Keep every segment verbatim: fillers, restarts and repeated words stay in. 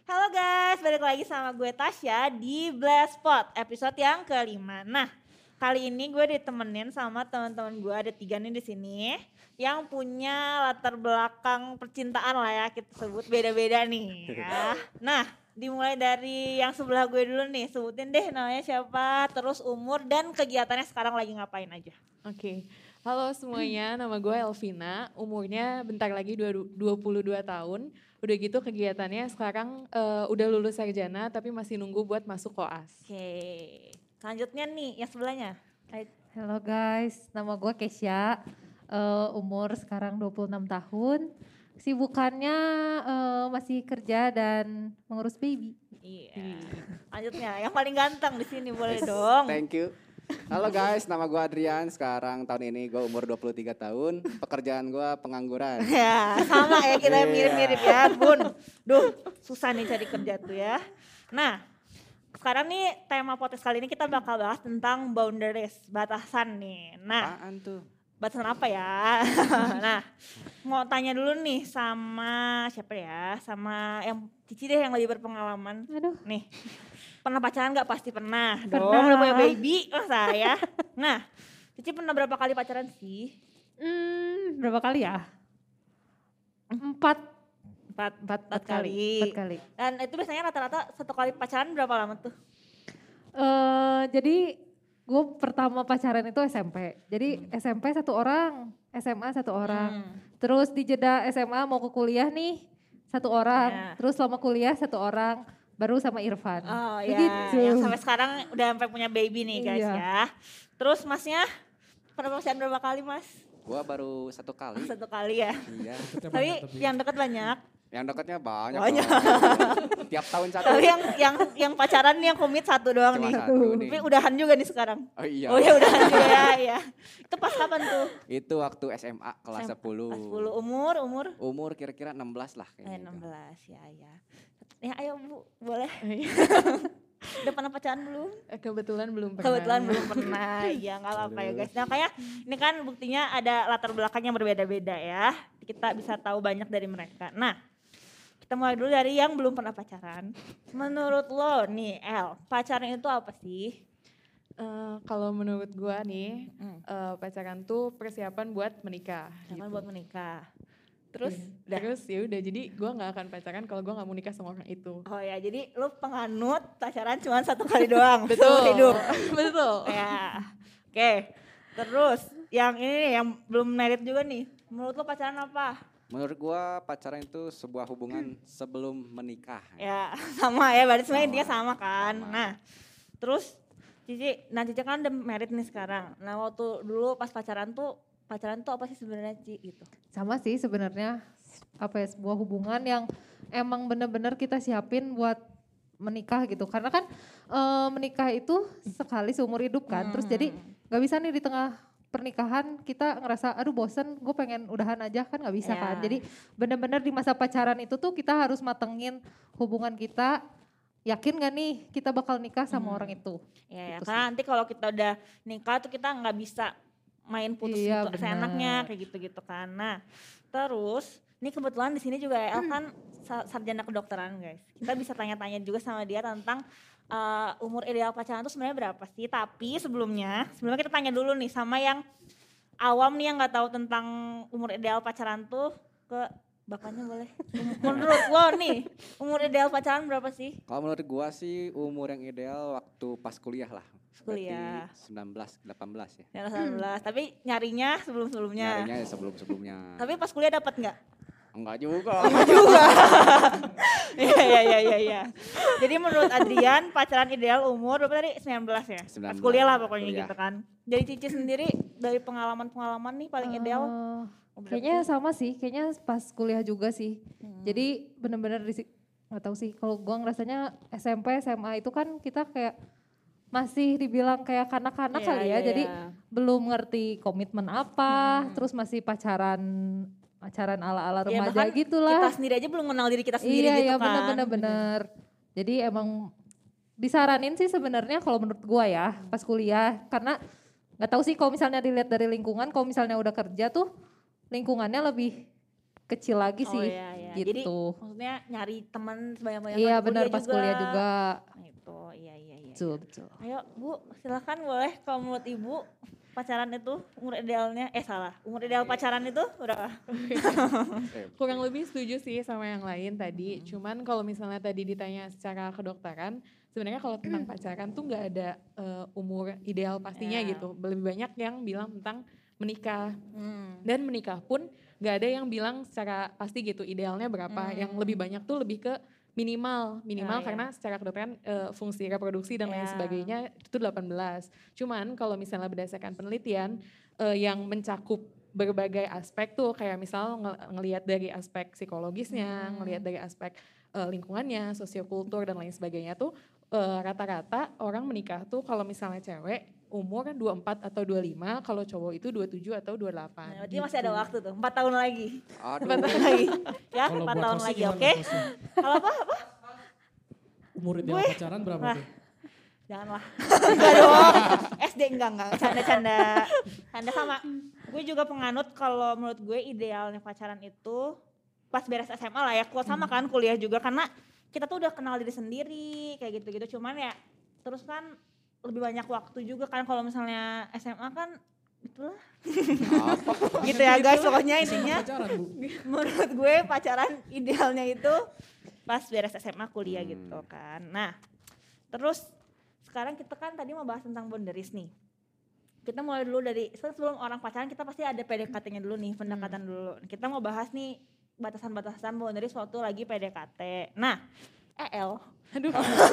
Halo guys, balik lagi sama gue Tasya di Blastpot episode yang kelima. Nah, kali ini gue ditemenin sama teman-teman gue, ada tiga nih di sini yang punya latar belakang percintaan lah ya, kita sebut beda-beda nih ya. Nah, dimulai dari yang sebelah gue dulu nih, sebutin deh namanya siapa, terus umur dan kegiatannya sekarang lagi ngapain aja. Oke, halo semuanya, nama gue Elvina, umurnya bentar lagi dua puluh dua tahun. Udah gitu kegiatannya sekarang uh, udah lulus sarjana tapi masih nunggu buat masuk koas. Oke, selanjutnya nih yang sebelahnya. Halo guys, nama gue Kesya, uh, umur sekarang dua puluh enam tahun. Sibukannya uh, masih kerja dan mengurus baby. Iya. Selanjutnya yang paling ganteng di sini boleh dong. Thank you. Halo guys, nama gue Adrian. Sekarang tahun ini gue umur dua puluh tiga tahun. Pekerjaan gue pengangguran. Ya, sama ya, kita mirip-mirip ya, Bun. Duh, susah nih cari kerja tuh ya. Nah, sekarang nih tema podcast kali ini kita bakal bahas tentang boundaries, batasan nih. Nah, apaan tuh? Batasan apa ya? Nah, mau tanya dulu nih sama siapa ya? Sama yang Cici deh yang lebih berpengalaman. Aduh. Nih, pernah pacaran gak? Pasti pernah, pernah. dong, udah punya baby, oh saya. Nah, Cici pernah berapa kali pacaran sih? Hmm, berapa kali ya? Empat. Empat, Empat, empat kali. Empat kali. Dan itu biasanya rata-rata satu kali pacaran berapa lama tuh? Uh, jadi gue pertama pacaran itu S M P. Jadi hmm. S M P satu orang, S M A satu orang. Hmm. Terus di jeda S M A mau ke kuliah nih satu orang. Yeah. Terus selama kuliah satu orang. Baru sama Irfan. Oh iya, gitu. Yang sampai sekarang udah sampai punya baby nih guys iya. ya. Terus masnya pernah pacaran berapa kali mas? Gua baru satu kali. Oh, satu kali ya? Iya. Tapi yang dekat banyak? Yang dekatnya banyak. Banyak. Tiap tahun satu. Tapi yang yang yang pacaran nih yang komit satu doang. Cuma nih. Satu nih. Tapi udahan juga nih sekarang. Oh iya. Oh iya udahan juga ya, ya. Itu pas kapan tuh? Itu waktu S M A kelas sepuluh. Kelas sepuluh. Umur umur? Umur kira-kira enam belas lah kayaknya. Eh, enam belas ya ya. Ya ayo Bu, boleh. Udah pernah pacaran belum? Kebetulan belum pernah. Kebetulan belum pernah, ya gak apa-apa ya guys. Nah kayak ini kan buktinya ada latar belakang yang berbeda-beda ya. Kita bisa tahu banyak dari mereka. Nah kita mulai dulu dari yang belum pernah pacaran. Menurut lo nih El, pacaran itu apa sih? Uh, kalau menurut gua nih hmm. uh, pacaran tuh persiapan buat menikah. Persiapan gitu. buat menikah. Terus, ya, terus ya udah jadi gue nggak akan pacaran kalau gue nggak mau nikah sama orang itu. Oh ya, jadi lu penganut pacaran cuma satu kali doang. Betul. Hidup. Betul. Ya, oke. Okay. Terus yang ini nih, yang belum married juga nih. Menurut lu pacaran apa? Menurut gue pacaran itu sebuah hubungan hmm. sebelum menikah. Ya, sama ya. Berarti sebenarnya intinya sama kan. Sama. Nah, terus Cici, nah Cici kan udah married nih sekarang. Nah waktu dulu pas pacaran tuh pacaran tuh apa sih sebenarnya Ci gitu? Sama sih sebenarnya apa ya sebuah hubungan yang emang benar-benar kita siapin buat menikah gitu. Karena kan e, menikah itu sekali seumur hidup kan. Hmm. Terus jadi nggak bisa nih di tengah pernikahan kita ngerasa aduh bosen gue pengen udahan aja kan nggak bisa yeah. kan. Jadi benar-benar di masa pacaran itu tuh kita harus matengin hubungan kita. Yakin gak nih kita bakal nikah sama hmm. orang itu? Ya, gitu ya. Karena nanti kalau kita udah nikah tuh kita nggak bisa main putus iya, gitu seenaknya kayak gitu-gitu kan. Nah, terus ini kebetulan di sini juga El kan sarjana kedokteran guys. Kita bisa tanya-tanya juga sama dia tentang uh, umur ideal pacaran itu sebenarnya berapa sih? Tapi sebelumnya, sebelumnya kita tanya dulu nih sama yang awam nih yang nggak tahu tentang umur ideal pacaran tuh ke bapaknya boleh. Menurut lo nih, umur ideal pacaran berapa sih? Kalau menurut gua sih umur yang ideal waktu pas kuliah lah. Kuliah. sembilan belas, delapan belas ya. Ya sembilan belas, hmm. tapi nyarinya sebelum-sebelumnya. Nyarinya ya sebelum-sebelumnya. Tapi pas kuliah dapat enggak? Enggak juga. Enggak juga. Iya iya iya iya ya. Jadi menurut Adrian pacaran ideal umur berapa tadi? sembilan belas ya? sembilan belas. Pas kuliah lah pokoknya kuliah. Gitu kan. Jadi Cici sendiri dari pengalaman-pengalaman nih paling ideal? Uh, kayaknya sama sih, kayaknya pas kuliah juga sih. Hmm. Jadi benar-benar di nggak tahu sih. Kalau gua ngerasanya S M P, S M A itu kan kita kayak masih dibilang kayak kanak-kanak yeah, kali ya, yeah, jadi yeah. belum ngerti komitmen apa, hmm. terus masih pacaran pacaran ala-ala remaja ya, gitu lah. Kita sendiri aja belum mengenal diri kita sendiri iya, gitu iya, kan. Iya bener bener. Jadi emang disaranin sih sebenarnya kalau menurut gua ya pas kuliah, karena nggak tahu sih kalau misalnya dilihat dari lingkungan, kalau misalnya udah kerja tuh lingkungannya lebih kecil lagi Oh sih iya, iya. Jadi gitu. maksudnya nyari teman sebanyak-banyak Iya pas benar pas kuliah juga. Gitu, iya iya iya. Betul betul. Ayo Bu, silakan boleh kalau menurut Ibu pacaran itu umur idealnya, eh salah, umur ideal pacaran itu berapa? Kurang lebih setuju sih sama yang lain tadi. Cuman kalau misalnya tadi ditanya secara kedokteran, sebenarnya kalau tentang pacaran tuh nggak ada uh, umur ideal pastinya Ya. gitu. Lebih banyak yang bilang tentang menikah. Hmm. Dan menikah pun nggak ada yang bilang secara pasti gitu idealnya berapa. Hmm. Yang lebih banyak tuh lebih ke minimal, minimal Ah, karena ya. secara kedokteran uh, fungsi reproduksi dan lain Ya. sebagainya itu delapan belas. Cuman kalau misalnya berdasarkan penelitian uh, yang mencakup berbagai aspek tuh kayak misal ng- ngelihat dari aspek psikologisnya, Hmm. ngelihat dari aspek uh, lingkungannya, sosiokultur dan lain sebagainya tuh uh, rata-rata orang menikah tuh kalau misalnya cewek umur dua puluh empat atau dua puluh lima, kalau cowok itu dua puluh tujuh atau dua puluh delapan. Nah, berarti masih ada waktu tuh, empat tahun lagi. Aduh. empat tahun lagi. Ya, Kalau empat buat tahun Kosi lagi, gimana, oke? Kosi? Kalau apa? Apa? Umur ideal Gue- pacaran berapa Wah. tuh? Janganlah. Enggak dong. S D enggak, enggak. Canda-canda. Canda sama. Gue juga penganut kalau menurut gue idealnya pacaran itu pas beres S M A lah ya. Kuat sama kan kuliah juga karena kita tuh udah kenal diri sendiri kayak gitu-gitu. Cuman ya terus kan lebih banyak waktu juga kan kalau misalnya S M A kan itulah. Apa? Gitu ya guys, pokoknya intinya Pacaran Bu. menurut gue pacaran idealnya itu pas beres S M A kuliah Hmm. gitu kan. Nah, terus sekarang kita kan tadi mau bahas tentang boundaries nih. Kita mulai dulu dari sebelum orang pacaran kita pasti ada P D K T-nya dulu nih, pendekatan dulu. Kita mau bahas nih batasan-batasan boundaries waktu lagi P D K T. Nah, E L, Aduh,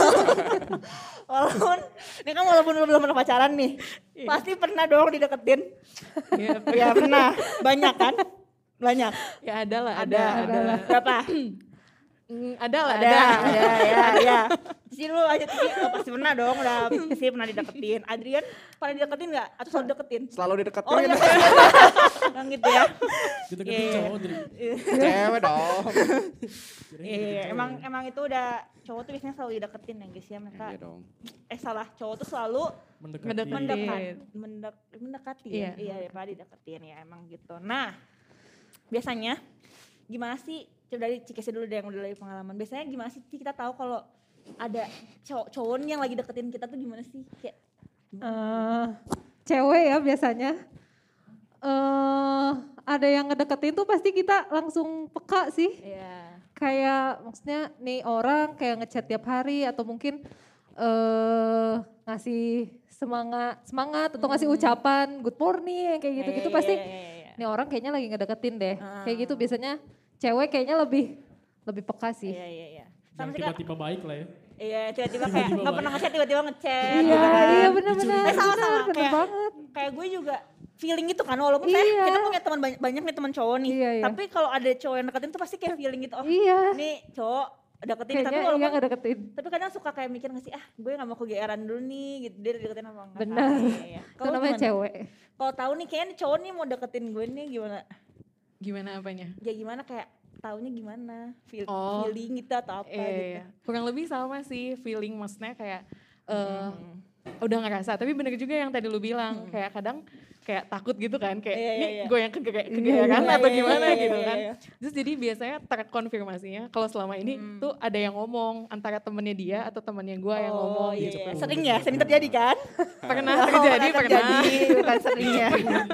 walaupun ini kan walaupun lu belum pernah pacaran nih, pasti pernah dong dideketin. ya, Ya pernah, banyak kan? Banyak. ya ada lah, Ada, ada, ada. Berapa? Mm, ada lah, Ada, ada. ada, ya, ya. Cici lu aja Cici, oh, pasti pernah dong, udah pasti pernah dideketin. Adrian pernah dideketin nggak? Atau selalu deketin? Selalu dideketin. Oh iya, yang gitu ya. Kita Iya, ketik iya. cowok jadi Cewek dong. kirain Iya, ketik iya, cowok. emang emang itu udah cowok tuh biasanya selalu dideketin ya guys ya mereka. Iya dong. Eh salah, cowok tuh selalu mendekati. Mendekati. mendekat, mendek, mendekati ya. Iya. Iya, daripada dideketin ya emang gitu. Nah, biasanya gimana sih? Coba dari Cikesi dulu deh yang udah dari pengalaman. Biasanya gimana sih Ci, kita tahu kalau ada cowok cowok nih yang lagi deketin kita tuh gimana sih? Kayak Eh, cewek ya biasanya. Eh ada yang ngedeketin tuh pasti kita langsung peka sih. ya. Kayak maksudnya nih orang kayak ngechat tiap hari atau mungkin eh ngasih semangat semangat atau ngasih ucapan good morning kayak gitu-gitu Iya, pasti iya, iya, iya. nih orang kayaknya lagi ngedeketin deh. Ah. Kayak gitu biasanya cewek kayaknya lebih lebih peka sih. Iya, iya, iya. Yang Sama sih Kak. tiba-tiba baik lah ya. Iya, tiba-tiba kayak Tiba-tiba nggak pernah ngechat tiba-tiba ngechat. Iya, gitu kan. iya benar-benar. Eh, sama-sama, benar, benar kayak- banget. Kayak gue juga feeling gitu kan walaupun saya Iya. kita punya teman banyak, banyak nih teman cowok nih. Iya, iya. Tapi kalau ada cowok yang deketin tuh pasti kayak feeling gitu. Oh, Iya. ini cowok deketin tapi Kayaknya walaupun iya ngedeketin. tapi kadang suka kayak mikir nggak sih ah gue nggak mau kegeeran dulu nih gitu dia deketin apa enggak. Benar. Iya, iya. Itu Kalau namanya gimana? cewek. Kalau tahu nih kayaknya nih cowok nih mau deketin gue nih gimana? Gimana apanya? Ya gimana kayak taunya gimana? Feel, Oh. feeling gitu atau apa Iya, gitu. iya. Kurang lebih sama sih feeling maksudnya kayak eh, Hmm. udah ngerasa. Tapi bener juga yang tadi lu bilang kayak kadang kayak takut gitu kan kayak Iya, iya, ini iya. gue yang kege- Iya, kegeeran iya, atau iya, gimana iya, gitu iya, kan. iya. Terus jadi biasanya terkonfirmasinya kalau selama ini Hmm. tuh ada yang ngomong antara temennya dia atau temennya gue yang Oh, ngomong iya, gitu. iya. Sering ya, sering terjadi kan? Pernah Oh, terjadi, pernah. bukan sering ya.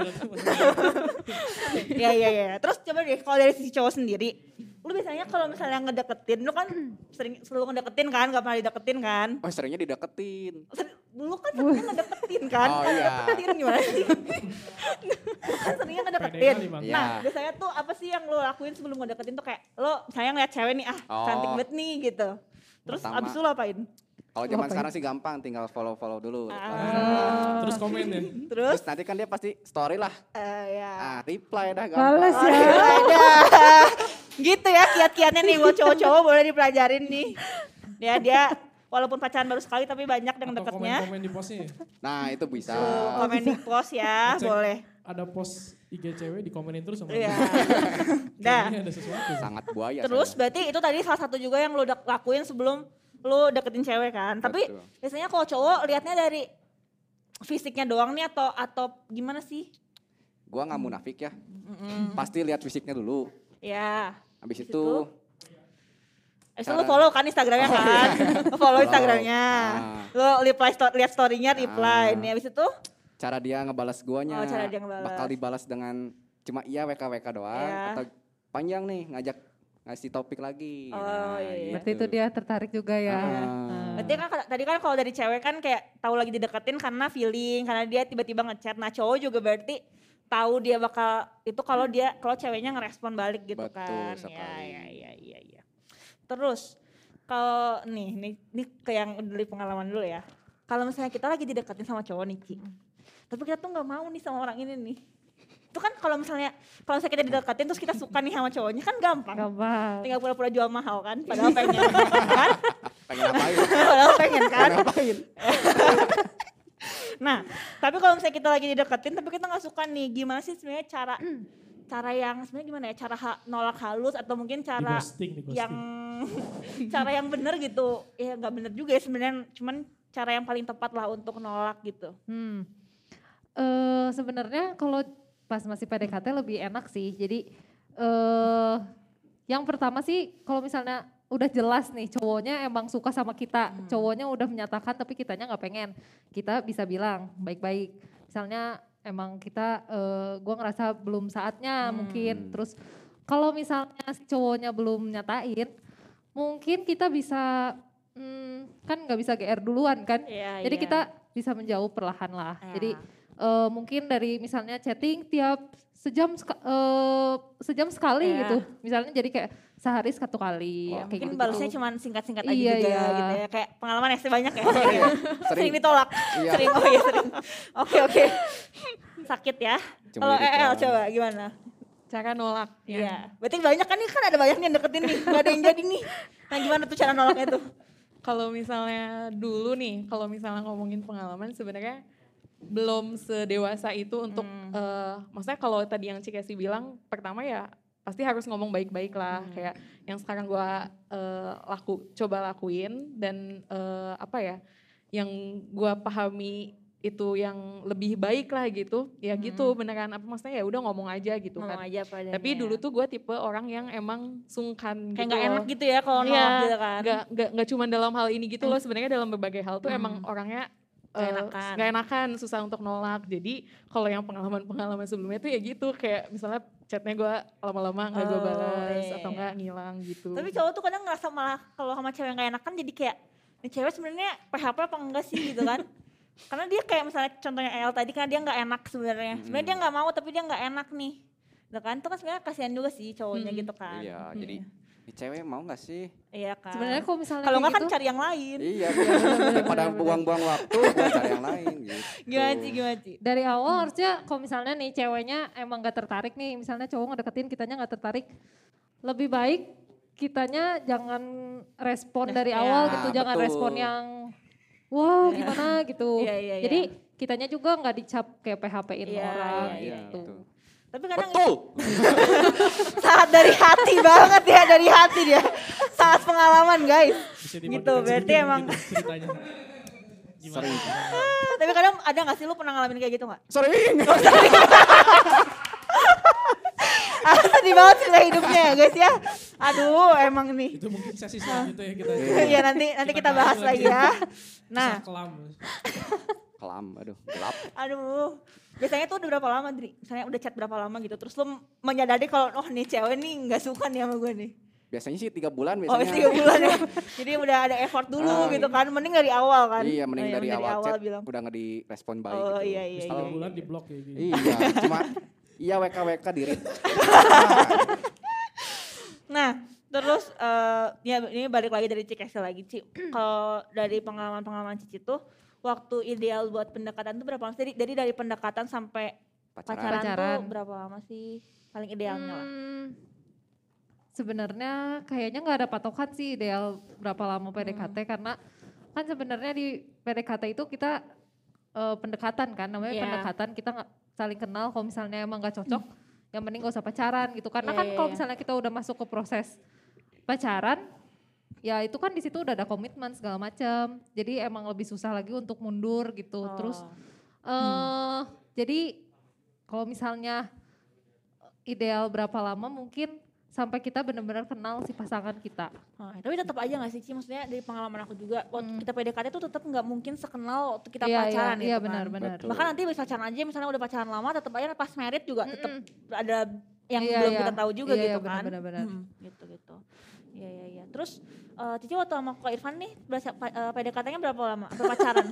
Iya, iya, iya. Terus coba deh kalau dari sisi cowok sendiri, lu biasanya kalau misalnya ngedeketin, lu kan sering selalu ngedeketin kan, gak pernah dideketin kan? Oh seringnya dideketin. Ser- Dulu kan seringnya ngedeketin kan? Oh, Kan iya. Deketin gimana sih? Lu kan seringnya ngedeketin. P D K nih, Bang. Iya. Nah, biasanya tuh apa sih yang lu lakuin sebelum ngedeketin tuh kayak, lo misalnya ngeliat cewek nih, ah Oh. cantik banget nih gitu. Terus Pertama. abis itu lo apain? Kalau zaman Ngapain? sekarang sih gampang, tinggal follow-follow dulu. Ah. Terus komen ya. Terus? Terus nanti kan dia pasti story lah. Eh, ya. Ah, reply dah gampang. Males Oh, ya. iya, ada. Gitu ya kiat-kiatnya nih buat cowok-cowok boleh dipelajarin nih. Ya dia walaupun pacaran baru sekali tapi banyak yang Atau deketnya. komen-komen di postnya ya. Nah itu bisa. Tuh, komen di post ya, Ngecek boleh. Ada post I G cewek dikomenin terus sama Iya. dia. Dah. Kayaknya ada sesuatu. Sangat buaya. Terus saya. berarti itu tadi salah satu juga yang lu dak- lakuin sebelum lu deketin cewek kan. Tapi Betul. biasanya kalau cowok liatnya dari fisiknya doang nih atau atau gimana sih? Gua nggak munafik ya. Pasti lihat fisiknya dulu. Ya. Habis Habis itu itu? Eh, so Cara- lu follow kan Instagramnya kan? Lu follow Instagramnya. Ah. Lu reply sto- lihat story-nya reply. Ah. Nih habis itu cara dia ngebalas guanya Oh, cara dia ngebalas. bakal dibalas dengan cuma iya W K W K doang Iya. atau panjang nih ngajak ngasih topik lagi. Oh, iya, iya. Berarti itu dia tertarik juga ya. Ah. berarti kan tadi kan kalau dari cewek kan kayak tahu lagi dideketin karena feeling, karena dia tiba-tiba ngechat. Nah, cowok juga berarti tahu dia bakal itu kalau dia kalau ceweknya ngerespon balik gitu Betul kan. sekali. Ya, ya, ya, ya, ya. Terus kalau nih, nih, nih ke yang dari pengalaman dulu ya. Kalau misalnya kita lagi dideketin sama cowok nih, Ci. Tapi kita tuh nggak mau nih sama orang ini nih. Itu kan kalau misalnya kalau misalnya kita dideketin terus kita suka nih sama cowoknya kan gampang. Gampang. Tinggal pura-pura jual mahal kan, padahal pengen kan? Pengen ngapain? Padahal pengen kan? Pengen ngapain? Nah, tapi kalau misalnya kita lagi dideketin tapi kita nggak suka nih, gimana sih sebenarnya cara cara yang sebenarnya gimana ya? Cara ha- nolak halus atau mungkin Di cara ghosting, di ghosting. yang cara yang benar gitu. Ya nggak benar juga ya sebenarnya, cuman cara yang paling tepat lah untuk nolak gitu. Hmm. Eh sebenarnya kalau pas masih P D K T lebih enak sih. Jadi eh yang pertama sih kalau misalnya udah jelas nih cowoknya emang suka sama kita, cowoknya udah menyatakan tapi kitanya nggak pengen, kita bisa bilang baik-baik. Misalnya emang kita, eh gue ngerasa belum saatnya mungkin. Terus kalau misalnya si cowoknya belum nyatain, mungkin kita bisa, hmm, kan nggak bisa G R duluan kan. Iya, Jadi iya. kita bisa menjauh perlahan lah. Ya. Jadi eh, mungkin dari misalnya chatting tiap sejam seka- eh, sejam sekali Ya. gitu. Misalnya jadi kayak sehari satu kali. Ya, kayak mungkin gitu. balasnya cuma singkat-singkat aja Iya, juga iya. gitu ya. Kayak pengalaman S D banyak ya. sering, sering ditolak. Iya. Sering, oh iya sering. Oke oke. Sakit ya. Cuma Kalau di E L depan. coba gimana? Cara nolak. ya. Iya. Berarti banyak kan nih, kan ada banyak nih yang deketin nih. Gak ada yang jadi nih. Nah gimana tuh cara nolaknya tuh? Kalau misalnya dulu nih, kalau misalnya ngomongin pengalaman sebenarnya belum sedewasa itu untuk, eh, maksudnya kalau tadi yang Cikesi bilang, pertama ya pasti harus ngomong baik-baik lah, kayak yang sekarang gua eh, laku coba lakuin dan eh, apa ya, yang gua pahami itu yang lebih baik lah gitu, ya gitu beneran apa maksudnya ya udah ngomong aja gitu Ngomong kan. aja padanya. Tapi dulu tuh gue tipe orang yang emang sungkan kayak gitu gak loh. enak gitu ya kalau Iya, nolak gitu kan. Gak, gak, gak cuma dalam hal ini gitu loh, sebenarnya dalam berbagai hal tuh emang orangnya Gak eh, enakan. gak enakan, susah untuk nolak. Jadi kalau yang pengalaman-pengalaman sebelumnya tuh ya gitu, kayak misalnya chatnya gue lama-lama gak gue Oh, balas iya, atau iya. gak ngilang gitu. Tapi cowok tuh kadang ngerasa malah kalau sama cewek gak enakan jadi kayak, ini cewek sebenarnya P H P apa enggak sih gitu kan. Karena dia kayak misalnya contohnya E L tadi, karena dia gak enak sebenarnya. Sebenarnya dia gak mau tapi dia gak enak nih. Gitu kan, itu kan sebenarnya kasihan juga sih cowoknya gitu kan. Iya, jadi ini cewek mau gak sih? Iya kan. Sebenarnya kalau misalnya kalau kayak nggak kan gitu, cari yang lain. Iya, daripada buang-buang waktu, gua cari yang lain gitu. Gimana sih, gimana sih? dari awal harusnya kalau misalnya nih ceweknya emang gak tertarik nih, misalnya cowok ngedeketin kitanya gak tertarik, lebih baik kitanya jangan respon dari ya. awal gitu, Nah, jangan betul. respon yang wah gimana gitu. Iya, iya, iya. Jadi kitanya juga nggak dicap kayak P H P-in Iya, orang iya, iya, gitu. betul. Tapi kadang Betul. sangat dari hati banget ya, dari hati dia. Sangat pengalaman guys. Bisa Gitu, dibagikan berarti sedikit emang. mungkin ceritanya. Gimana? Sering. Tapi kadang ada gak sih lu pernah ngalamin kayak gitu gak? Sering. Ah, sedih banget cerita hidupnya ya guys ya. Aduh emang nih. Itu mungkin sesi selanjutnya ya kita. Iya nanti nanti kita bahas lagi ya. Nah, Kisah kelam. Kelam, aduh, gelap. aduh. Biasanya tuh udah berapa lama, Dri? Misalnya udah chat berapa lama gitu. Terus lu menyadari kalau oh nih cewek nih gak suka nih sama gue nih. Biasanya sih tiga bulan Oh biasanya. tiga bulan ya. Jadi udah ada effort dulu Ah, gitu kan. Mending dari awal kan. Iya, mending Oh, iya, dari awal, chat bilang. udah nggak direspon baik Oh, gitu. iya, iya, Terus iya. tiga bulan di blok kayak gitu. Iya, cuma iya W K W K diri. Nah, terus eh ya ini balik lagi dari Cikesi lagi, Ci. Kalau dari pengalaman-pengalaman Cici tuh waktu ideal buat pendekatan tuh berapa lama? Jadi dari dari pendekatan sampai Pacaran. pacaran, Pacaran. tuh berapa lama sih? Paling idealnya lah. Hmm, sebenarnya kayaknya nggak ada patokan sih ideal berapa lama P D K T Hmm. karena kan sebenarnya di P D K T itu kita eh, pendekatan kan, namanya Iya. pendekatan, kita nggak saling kenal. Kalau misalnya emang nggak cocok, yang penting gak usah pacaran gitu. Karena Iya, kan iya, kalau iya. misalnya kita udah masuk ke proses pacaran, ya itu kan di situ udah ada komitmen segala macam. Jadi emang lebih susah lagi untuk mundur gitu. Oh. Terus eh jadi kalau misalnya ideal berapa lama mungkin sampai kita benar-benar kenal si pasangan kita. Ah, tapi tetap aja gak sih Ci, maksudnya dari pengalaman aku juga, waktu kita P D K T tuh tetap nggak mungkin sekenal waktu kita Iya, pacaran iya, gitu iya, kan. benar, benar. Betul. Bahkan nanti bisa pacaran aja, misalnya udah pacaran lama, tetap aja pas married juga tetap ada yang Iya, belum iya. kita tahu juga Iya, gitu iya, kan. benar, benar, benar. Hmm, gitu gitu. Iya iya iya. Terus uh, Cici waktu sama Kak Irfan nih berasa, uh, P D K T-nya berapa lama? Atau pacaran?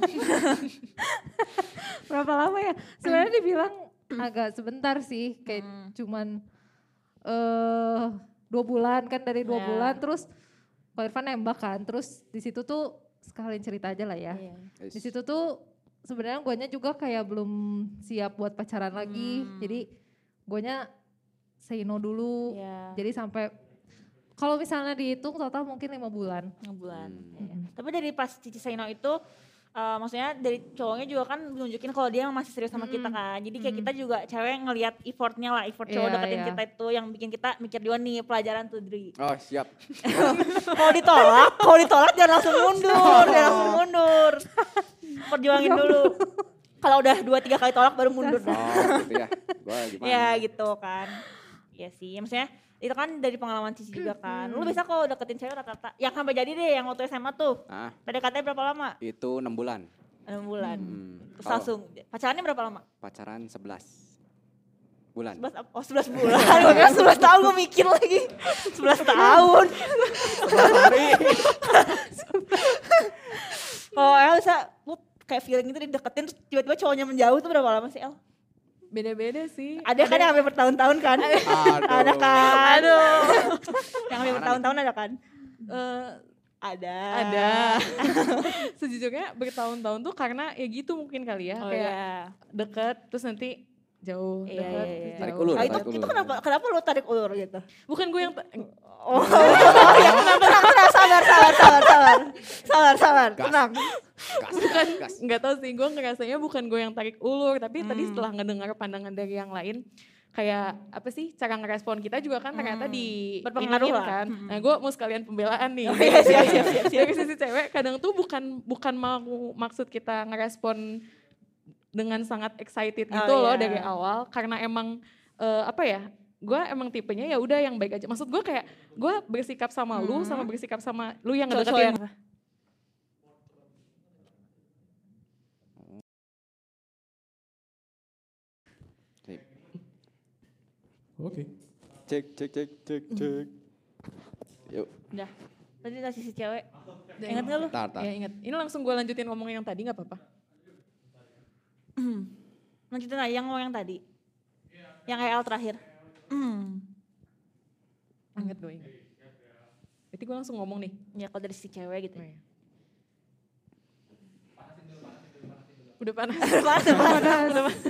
Berapa lama ya? Sebenarnya dibilang agak sebentar sih, kayak Hmm. cuman eh dua bulan kan, dari dua Ya. bulan terus Kak Irfan nembak kan, terus di situ tuh sekalian cerita aja lah ya. Iya. Di situ tuh sebenarnya guanya juga kayak belum siap buat pacaran lagi, Hmm. jadi guanya say no dulu. Iya. Jadi sampai kalau misalnya dihitung total mungkin lima bulan. Enam bulan. Hmm. Iya. Tapi dari pas Cici say no itu, uh, maksudnya dari cowoknya juga kan nunjukin kalau dia masih serius sama kita kan. Jadi kayak kita juga cewek ngelihat effortnya lah, effort cowok Iya, deketin iya. kita itu yang bikin kita mikir juga nih pelajaran tuh Dri. Oh siap. Kalau ditolak, kalau ditolak jangan langsung mundur, jangan langsung mundur. Perjuangin dulu. Kalau udah dua tiga kali tolak baru mundur. Oh gitu ya. Gue gimana? Ya gitu kan. Iya sih, maksudnya itu kan dari pengalaman Cici juga kan. Lu bisa kok deketin cewek rata-rata. Yang sampai jadi deh yang waktu S M A tuh. Ah, P D K T berapa lama? itu enam bulan. enam bulan. Hmm. Terus Kalau langsung pacarannya berapa lama? pacaran sebelas bulan. sebelas ap- oh sebelas bulan. Gue kira sebelas tahun, gue mikir lagi. sebelas tahun. Oh El bisa lu kayak feeling itu dideketin terus tiba-tiba cowoknya menjauh tuh berapa lama sih El? Beda-beda sih. Ada kan yang sampai bertahun-tahun kan? Aduh. Ada kan? Aduh. Yang sampai bertahun-tahun ada kan? Eh, Ada. ada. Sejujurnya bertahun-tahun tuh karena ya gitu mungkin kali ya. Oh kayak iya. deket terus nanti jauh, Iya, deket iya, terus iya. Tarik jauh. ulur, Ah, itu, tarik itu ulur. kenapa kenapa lu tarik ulur gitu? Bukan gue yang ta- Oh, ya tenang, tenang, tenang, sabar, sabar, sabar, sabar, sabar, sabar, Gas. tenang. Gas, bukan gas. nggak tahu sih, gue ngerasanya bukan gue yang tarik ulur, tapi tadi Hmm. setelah ngedengar pandangan dari yang lain, kayak apa sih cara ngerespon kita juga kan ternyata Hmm. di Berpengaruh iniin lah. kan. Hmm. Nah gue mau sekalian pembelaan nih. Oh, iya, siap, siap, siap, siap. Dari sisi cewek kadang tuh bukan bukan mau maksud kita ngerespon dengan sangat excited Oh, gitu loh iya. dari awal, karena emang eh, apa ya? Gue emang tipenya ya udah yang baik aja. Maksud gue kayak gue bersikap sama lu Hmm. sama bersikap sama lu yang Cowok-cowok ngedeketin. yang- Oke. Cek, cek, cek, cek, cek. Yuk, Udah, tadi dari sisi cewek. Dan- Ingat gak lu? tar, tar. Ya ingat. Ini langsung gue lanjutin ngomong yang tadi nggak apa-apa. Lanjutin aja yang ngomong yang tadi. Yang kayak L terakhir. Hmm. Ingat gue ingat. Berarti gue langsung ngomong nih. Ya kalau dari sisi cewek gitu. Oh, iya. Udah panas. Panas, panas. Udah panas.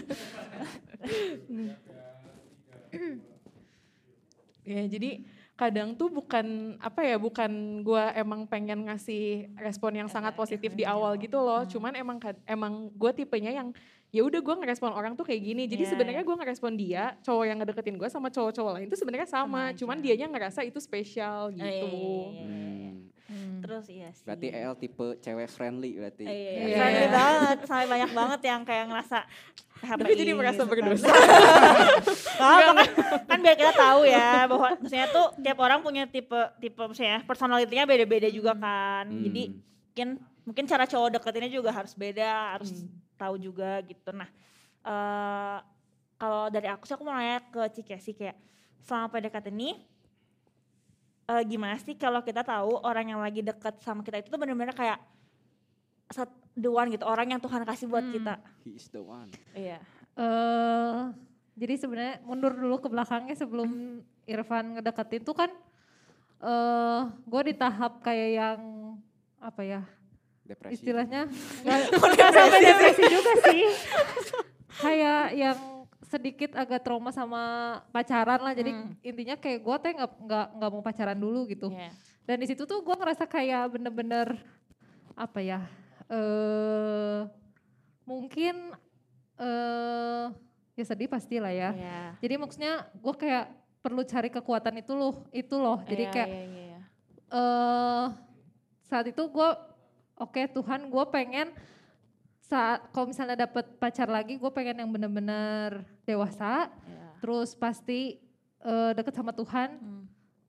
Ya jadi kadang tuh bukan apa ya, bukan gue emang pengen ngasih respon yang sangat positif di awal gitu loh. Cuman emang kad- emang gue tipenya yang ya udah gue ngerespon orang tuh kayak gini. Jadi Iya, sebenarnya gue ngerespon dia, cowok yang ngedeketin gue sama cowok-cowok lain tuh sebenarnya Sama sama. aja. Cuman dianya ngerasa itu spesial Oh, gitu. iya, iya, iya, iya. Hmm. Terus iya sih. Berarti E L tipe cewek friendly berarti. Iya, iya, Iya. friendly banget. Sampai banyak banget yang kayak ngerasa Tapi jadi merasa berdosa. Oh, kan, kan biar kita tahu ya bahwa maksudnya tuh tiap orang punya tipe tipe maksudnya personalitinya beda-beda juga kan. Hmm. Jadi mungkin mungkin cara cowok deketinnya juga harus beda, harus Hmm. tahu juga gitu. Nah, eh kalau dari aku sih aku mau nanya ke Cike sih kayak selama P D K T ini eh, gimana sih kalau kita tahu orang yang lagi deket sama kita itu tuh benar-benar kayak sat- the one gitu, orang yang Tuhan kasih buat Hmm. kita. He is the one. Iya. eh jadi sebenarnya mundur dulu ke belakangnya sebelum Irfan ngedeketin tuh kan eh gue di tahap kayak yang apa ya Depresi. istilahnya nggak nggak sampai depresi juga sih, kayak yang sedikit agak trauma sama pacaran lah, jadi Hmm. intinya kayak gue teh nggak nggak nggak mau pacaran dulu gitu. Iya. Dan di situ tuh gue ngerasa kayak bener-bener apa ya, eh mungkin eh ya sedih pastilah ya. Iya. Jadi maksudnya gue kayak perlu cari kekuatan itu loh, itu loh. Jadi Iya, kayak iya, iya, iya. eh saat itu gue oke Tuhan, gue pengen saat kalau misalnya dapet pacar lagi, gue pengen yang bener-bener dewasa, Iya. terus pasti eh, deket sama Tuhan. Hmm.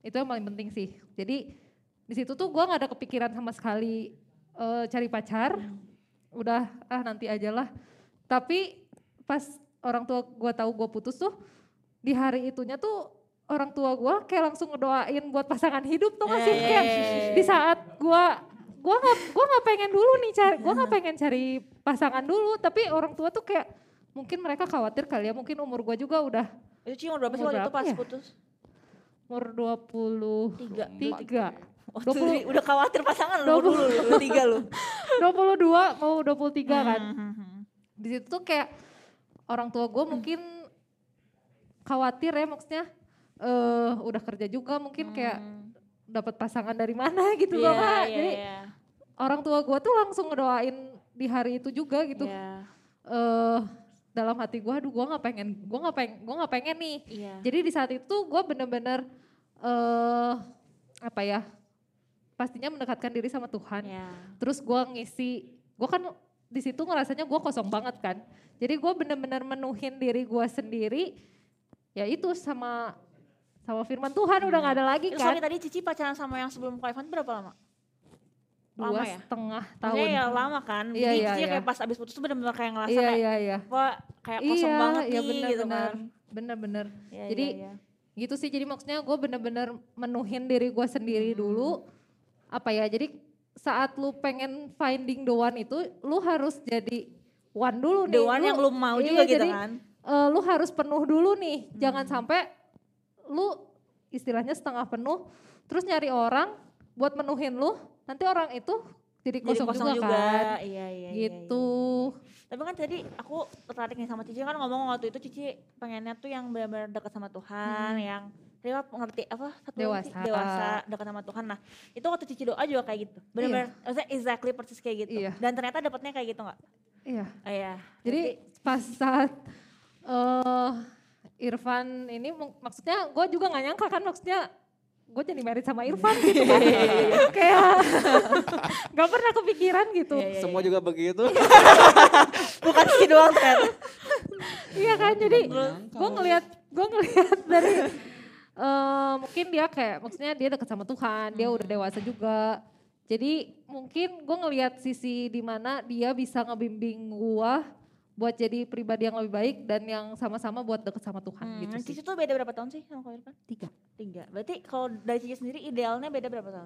Itu yang paling penting sih. Jadi di situ tuh gue nggak ada kepikiran sama sekali uh, cari pacar. Udah ah nanti aja lah. Tapi pas orang tua gue tahu gue putus tuh di hari itunya tuh orang tua gue kayak langsung ngedoain buat pasangan hidup tuh nggak sih? Yeah, Kayak yeah, yeah. di saat gue gue nggak gue nggak pengen dulu nih cari gue nggak pengen cari pasangan dulu. Tapi orang tua tuh kayak mungkin mereka khawatir kali ya. Mungkin umur gue juga udah Itu Ci umur berapa sih Umur waktu itu berapa pas ya? putus? umur dua puluh Tiga. tiga. Oh, dua puluh tuh, udah khawatir pasangan lu dua umur puluh. dulu, lu tiga lu. dua puluh dua mau dua puluh tiga kan. Hmm. Di situ tuh kayak orang tua gue mungkin khawatir ya maksudnya eh udah kerja juga mungkin kayak dapat pasangan dari mana gitu Iya, loh Kak. iya, Jadi iya. orang tua gue tuh langsung ngedoain di hari itu juga gitu. Iya. Eh dalam hati gue, aduh gue nggak pengen, gue nggak pengen, gue nggak pengen nih. Iya. Jadi di saat itu gue bener-bener eh apa ya, pastinya mendekatkan diri sama Tuhan. Iya. Terus gue ngisi, gue kan di situ ngerasanya gue kosong banget kan. Jadi gue bener-bener menuhin diri gue sendiri, ya itu sama sama firman Tuhan udah nggak ada lagi Terus kan. sorry tadi Cici pacaran sama yang sebelum Ko Evan berapa lama? Dua lama ya? setengah Maksudnya tahun. ya lama kan. Iya, Jadi iya, Cici iya. kayak pas abis putus tuh bener-bener kayak ngerasa Iya kayak iya iya. wah kayak kosong Iya, banget iya nih bener, gitu bener, kan. bener-bener. Iya, Jadi iya, iya. gitu sih, jadi maksudnya gue bener-bener menuhin diri gue sendiri Hmm. dulu. Apa ya, jadi saat lu pengen finding the one itu, lu harus jadi one dulu nih. The one yang lu mau iya, juga gitu jadi, kan. eh, lu harus penuh dulu nih, Hmm. jangan sampai lu istilahnya setengah penuh, terus nyari orang buat menuhin lu, nanti orang itu jadi Jadi kosong, kosong juga, juga. kan. Iya, iya, iya, Gitu. iya. Tapi kan tadi aku tertarik nih sama Cici kan ngomong waktu itu Cici pengennya tuh yang benar-benar dekat sama Tuhan, yang tadi apa ngerti apa satu lagi sih? Dewasa. dewasa dekat sama Tuhan. Nah itu waktu Cici doa juga kayak gitu, benar-benar, maksudnya exactly persis kayak gitu. Iya. Dan ternyata dapatnya kayak gitu nggak? Iya. Oh, iya. Jadi pas saat eh Irfan ini mak- maksudnya gue juga nggak nyangka kan, maksudnya gue jadi married sama Irfan gitu kan. Kayak gak pernah kepikiran gitu. Iya, iya, Semua juga begitu. bukan Cici doang ternyata. Iya kan, jadi gue ngelihat gue ngelihat dari eh mungkin dia kayak maksudnya dia dekat sama Tuhan, dia udah dewasa juga. Jadi mungkin gue ngelihat sisi di mana dia bisa ngebimbing gue buat jadi pribadi yang lebih baik dan yang sama-sama buat deket sama Tuhan Hmm, gitu Cici sih. tuh beda berapa tahun sih sama Ko Irfan? Tiga. Tiga. Berarti kalau dari Cici sendiri idealnya beda berapa tahun?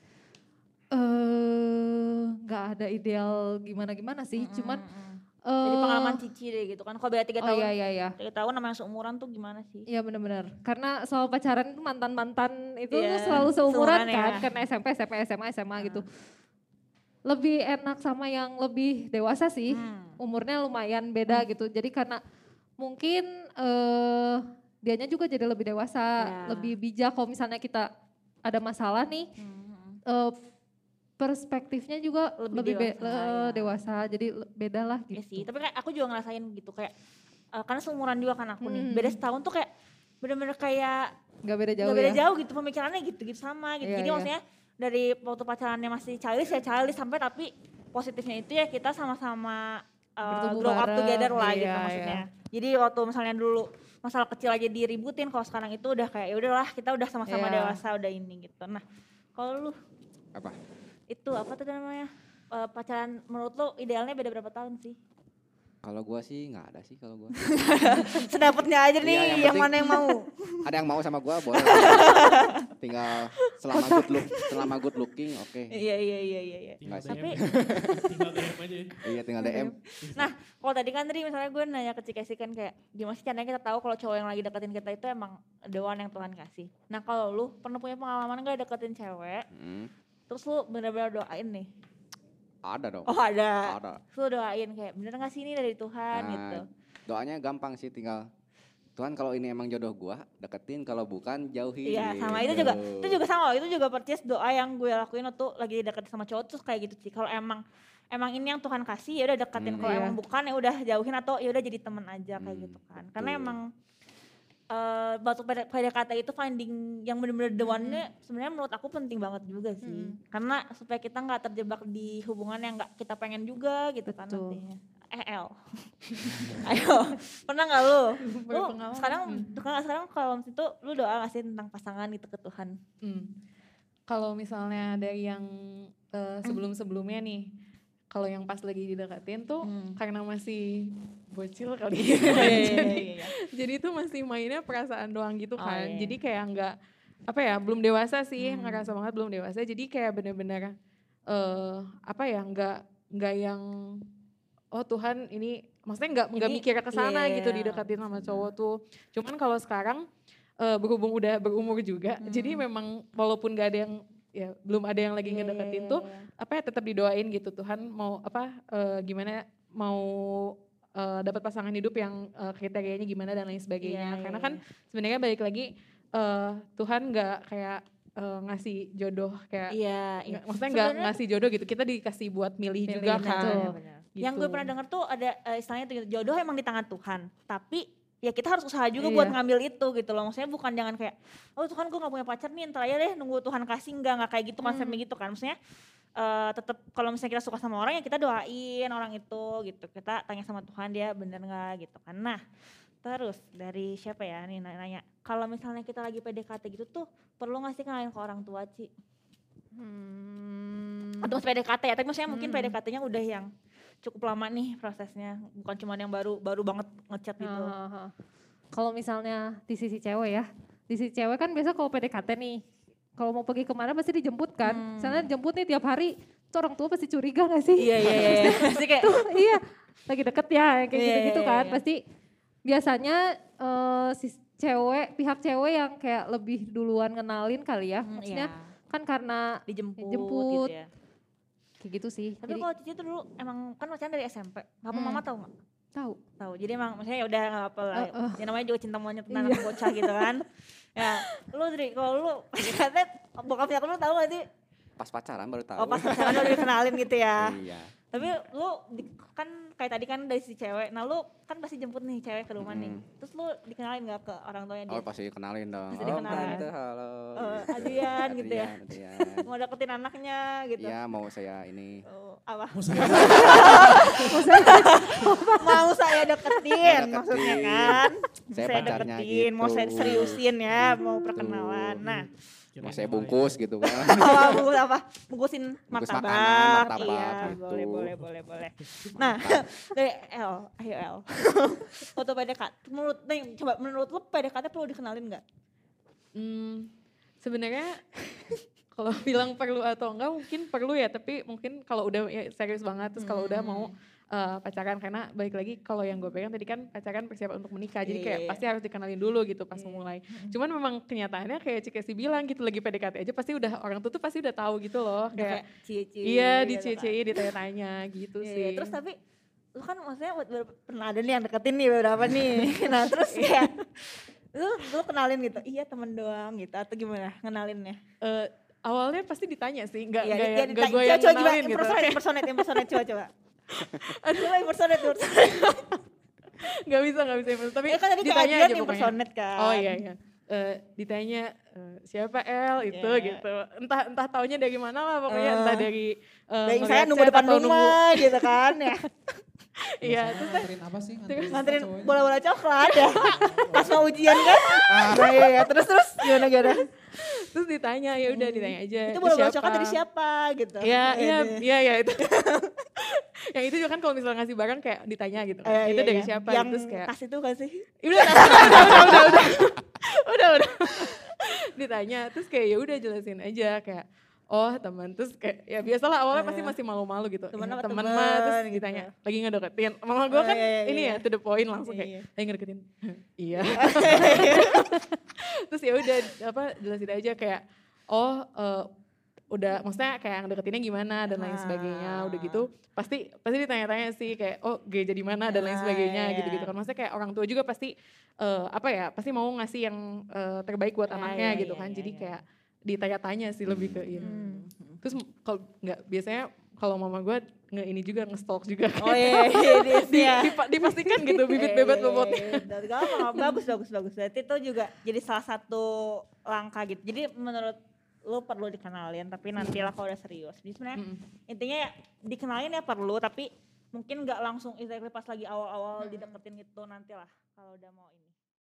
Eh, nggak ada ideal gimana-gimana sih, cuman Jadi eh, pengalaman Cici deh gitu kan. Kalau beda tiga oh tahun, iya iya iya. tiga tahun sama yang seumuran tuh gimana sih? Iya benar-benar. Karena soal pacaran itu mantan-mantan itu Iya, tuh selalu seumuran seumuran kan, ya. karena S M P, S M P, S M A, S M A gitu. Lebih enak sama yang lebih dewasa sih, Hmm. umurnya lumayan beda gitu. Jadi karena mungkin eh dianya juga jadi lebih dewasa, Ya. lebih bijak kalau misalnya kita ada masalah nih, Hmm. eh, perspektifnya juga Lebih lebih, be- dewasa, eh, ya. dewasa, jadi le- beda lah Iya gitu. sih, tapi kayak aku juga ngerasain gitu kayak eh, karena seumuran juga kan aku nih. Hmm. Beda setahun tuh kayak bener-bener kayak Gak beda jauh gak beda ya. jauh gitu pemikirannya gitu-gitu sama gitu. Iya, Jadi iya. maksudnya dari waktu pacarannya masih childish ya childish sampai tapi positifnya itu ya kita sama-sama uh, Bertumbuh grow up bareng, together lah gitu iya, maksudnya. Jadi waktu misalnya dulu masalah kecil aja diributin, kalau sekarang itu udah kayak ya udahlah kita udah sama-sama Iya. dewasa udah ini gitu. Nah kalau lu Apa? itu apa tuh namanya uh, pacaran menurut lu idealnya beda berapa tahun sih? Kalau gua sih nggak ada sih kalau gua. Sedapatnya aja Iya, nih yang yang, penting- mana yang mau. Ada yang mau sama gua boleh. Tinggal selama good look, selama good looking, oke. Iya iya iya iya. iya. Tinggal Nggak D M. Tapi- Tinggal D M aja ya. Iya tinggal D M. Nah, kalau tadi kan tadi misalnya gue nanya ke Cikesi kan kayak gimana sih caranya kita tahu kalau cowok yang lagi deketin kita itu emang the one yang Tuhan kasih. Nah kalau lu pernah punya pengalaman gak deketin cewek, Hmm, terus lu bener-bener doain nih? ada dong. Oh ada. Ada. Terus lu doain kayak bener gak sih ini dari Tuhan Nah, gitu. Doanya gampang sih, tinggal Tuhan kalau ini emang jodoh gua, deketin, kalau bukan jauhi. Iya sama itu Gitu. juga, itu juga sama itu juga percis doa yang gue lakuin waktu lagi deketin sama cowok terus kayak gitu sih. Kalau emang emang ini yang Tuhan kasih ya udah deketin, Hmm, kalau iya. emang bukan ya udah jauhin atau ya udah jadi temen aja kayak Hmm, gitu kan. Karena betul. emang eh waktu pada pada kata itu finding yang bener-bener the one-nya sebenarnya menurut aku penting banget juga sih. Hmm. Karena supaya kita nggak terjebak di hubungan yang nggak kita pengen juga gitu kan Betul. nantinya. eh El. Ayo, pernah gak lu? Lu Berpengalaman. sekarang, Hmm. sekarang kalau itu lu doa gak sih tentang pasangan gitu ke Tuhan? Hmm. Kalau misalnya dari yang uh, sebelum-sebelumnya nih, kalau yang pas lagi dideketin tuh Hmm. karena masih bocil kali Iya, ya. iya, jadi, iya, iya. jadi tuh masih mainnya perasaan doang gitu Oh, kan. iya. Jadi kayak nggak apa ya, belum dewasa sih, Hmm. ngerasa banget belum dewasa. Jadi kayak bener-bener uh, apa ya, nggak nggak yang oh Tuhan ini, maksudnya nggak nggak Ini, mikir ke sana iya, gitu iya. dideketin sama cowok tuh. Cuman kalau sekarang uh, berhubung udah berumur juga, Hmm. jadi memang walaupun gak ada yang ya belum ada yang lagi Iya, ngedeketin iya, tuh, iya. apa ya tetap didoain gitu Tuhan mau apa uh, gimana mau uh, dapat pasangan hidup yang uh, kriterianya gimana dan lain sebagainya. Iya, Karena iya, kan sebenarnya balik lagi uh, Tuhan nggak kayak uh, ngasih jodoh kayak Iya, iya. nggak- maksudnya nggak Sebenarnya- ngasih jodoh gitu, kita dikasih buat milih, Milih, juga nah, kan. betul. Benar. Gitu. Yang gue pernah dengar tuh ada uh, istilahnya tuh gitu, jodoh emang di tangan Tuhan, tapi ya kita harus usaha juga Iya. buat ngambil itu gitu loh. Maksudnya bukan jangan kayak, oh Tuhan gue gak punya pacar nih, ntar aja deh nunggu Tuhan kasih, enggak, enggak kayak gitu konsepnya gitu kan. Maksudnya uh, tetap kalau misalnya kita suka sama orang ya kita doain orang itu gitu. Kita tanya sama Tuhan dia bener gak gitu kan. Nah terus dari siapa ya nih nanya, kalau misalnya kita lagi P D K T gitu tuh perlu gak sih kenalin ke orang tua Ci? Hmm. Atau masih P D K T ya, tapi maksudnya mungkin Hmm. P D K T-nya udah yang cukup lama nih prosesnya, bukan cuma yang baru baru banget ngechat gitu. Ah, ah, ah. Kalau misalnya di sisi cewek ya, di sisi cewek kan biasa kalau P D K T nih, kalau mau pergi kemana pasti dijemput kan. Hmm. Misalnya jemput nih tiap hari, tuh orang tua pasti curiga gak sih? Iya iya iya, pasti kayak Tuh iya, lagi deket ya kayak Iya, gitu-gitu iya, kan. iya. Pasti biasanya eh, si cewek, pihak cewek yang kayak lebih duluan ngenalin kali ya. Hmm, Maksudnya iya. kan karena dijemput, dijemput. gitu ya. kayak gitu sih. Tapi Jadi kalau Cici tuh dulu emang kan pacaran dari S M P, papa Hmm. mama tahu nggak? tahu. Tahu. Jadi emang maksudnya ya udah nggak apa lah. Uh, uh. Ya namanya juga cinta monyet anak Iya. bocah gitu kan. Ya, lu Dri, kalau lu P D K T bokapnya lu tahu gak sih? Pas pacaran baru tahu. Oh pas pacaran udah dikenalin gitu ya. Iya. Tapi lu di- kan kayak tadi kan dari si cewek, nah lu kan pasti jemput nih cewek ke rumah nih. Mm. Terus lu dikenalin gak ke orang tuanya dia? Oh pasti kenalin dong. Pasti Oh dikenalin. tante halo. Oh, Adrian gitu ya. Adrian, Adrian. Mau deketin anaknya gitu. Iya mau saya ini. Oh, apa? Mau saya Mau saya deketin Mau maksudnya deketin. kan. Saya saya pacarnya deketin, mau saya gitu. seriusin ya, mau perkenalan. Nah, Mau saya bungkus gitu kan. apa bungkus apa? Bungkusin Bungkus martabak. makanan, martabak, Iya, gitu. boleh boleh boleh boleh. Nah, dari L, ayo L. Foto P D K T, menurut nih, coba menurut lu P D K T perlu dikenalin nggak? Hmm, sebenarnya kalau bilang perlu atau enggak mungkin perlu ya, tapi mungkin kalau udah ya, serius banget terus kalau udah mau uh, pacaran, karena balik lagi kalau yang gue pegang tadi kan pacaran persiapan untuk menikah, jadi Iya, kayak iya. pasti harus dikenalin dulu gitu pas Iya. memulai. Cuman memang kenyataannya kayak Cikesi bilang gitu, lagi P D K T aja pasti udah orang tuh tuh pasti udah tahu gitu loh, Udah kayak cie-cie. iya gitu kan. dicie-cie ditanya-tanya gitu Iya, sih. iya. Terus tapi lu kan maksudnya ber- ber- pernah ada nih yang deketin nih beberapa nih. Nah terus kayak lu, lu kenalin gitu, iya temen doang gitu atau gimana ngenalinnya? Eh, awalnya pasti ditanya sih, nggak Iya, nggak dia yang nggak ditanya. gue Coba, yang coba, coba, kenalin gitu. impersonate, impersonate, impersonate, coba, coba. Coba impersonate, impersonate. Gak bisa, gak bisa. Tapi Ya kan tadi ditanya Adrian aja pokoknya. impersonate kan. Oh iya, iya. Eh, ditanya eh, siapa El itu Iya. gitu. Entah entah taunya dari mana lah pokoknya. Eh. entah dari eh, Dari ngeliat saya nunggu chat depan atau nunggu- rumah gitu kan ya. Iya, Biasanya terus nganterin apa sih? Nganterin, Nganterin apa cowoknya? bola-bola coklat ya. Pas mau ujian kan. Nah iya, iya. Terus terus gimana gimana. terus ditanya, ya udah ditanya aja. Itu "Itu bola-bola siapa?" coklat dari siapa gitu. Iya, iya, gitu. iya, iya itu. Yang itu juga kan kalau misalnya ngasih barang kayak ditanya gitu. kan, Eh, itu iya, dari iya. siapa? Yang Terus kayak tas itu kan sih. udah, udah, udah, udah, udah, udah, udah, udah. Ditanya, terus kayak ya udah jelasin aja kayak oh teman, terus kayak ya biasalah awalnya pasti Eh. masih malu-malu gitu. Temen Ya, apa temen temen mah, terus gitu. ditanya lagi ngedeketin. Mama gue Oh, kan iya, iya, ini iya. ya to the point langsung Iya, kayak iya. lagi ngedeketin. Iya. Terus ya udah apa jelasin aja kayak oh eh, udah maksudnya kayak yang deketinnya gimana dan lain sebagainya, udah gitu pasti pasti ditanya-tanya sih kayak oh gereja di mana dan lain Ah, sebagainya iya. gitu-gitu kan. Maksudnya kayak orang tua juga pasti eh, apa ya pasti mau ngasih yang eh, terbaik buat Ah, anaknya iya, gitu iya, kan. iya, Jadi iya. kayak ditanya-tanya sih lebih ke ini. Hmm. Terus kalau nggak biasanya kalau mama gue nge ini juga nge-stalk juga. Oh iya, iya, iya, Di- iya. dipa- dipastikan gitu bibit Iya, bebet iya, bobotnya. iya, iya. Gak apa-apa, bagus, bagus, bagus. Berarti itu juga jadi salah satu langkah gitu. Jadi menurut lu perlu dikenalin, tapi nantilah kalau udah serius. Jadi sebenarnya Mm. intinya ya, dikenalin ya perlu, tapi mungkin nggak langsung exactly pas lagi awal-awal Mm-mm. dideketin gitu nanti lah kalau udah mau ini.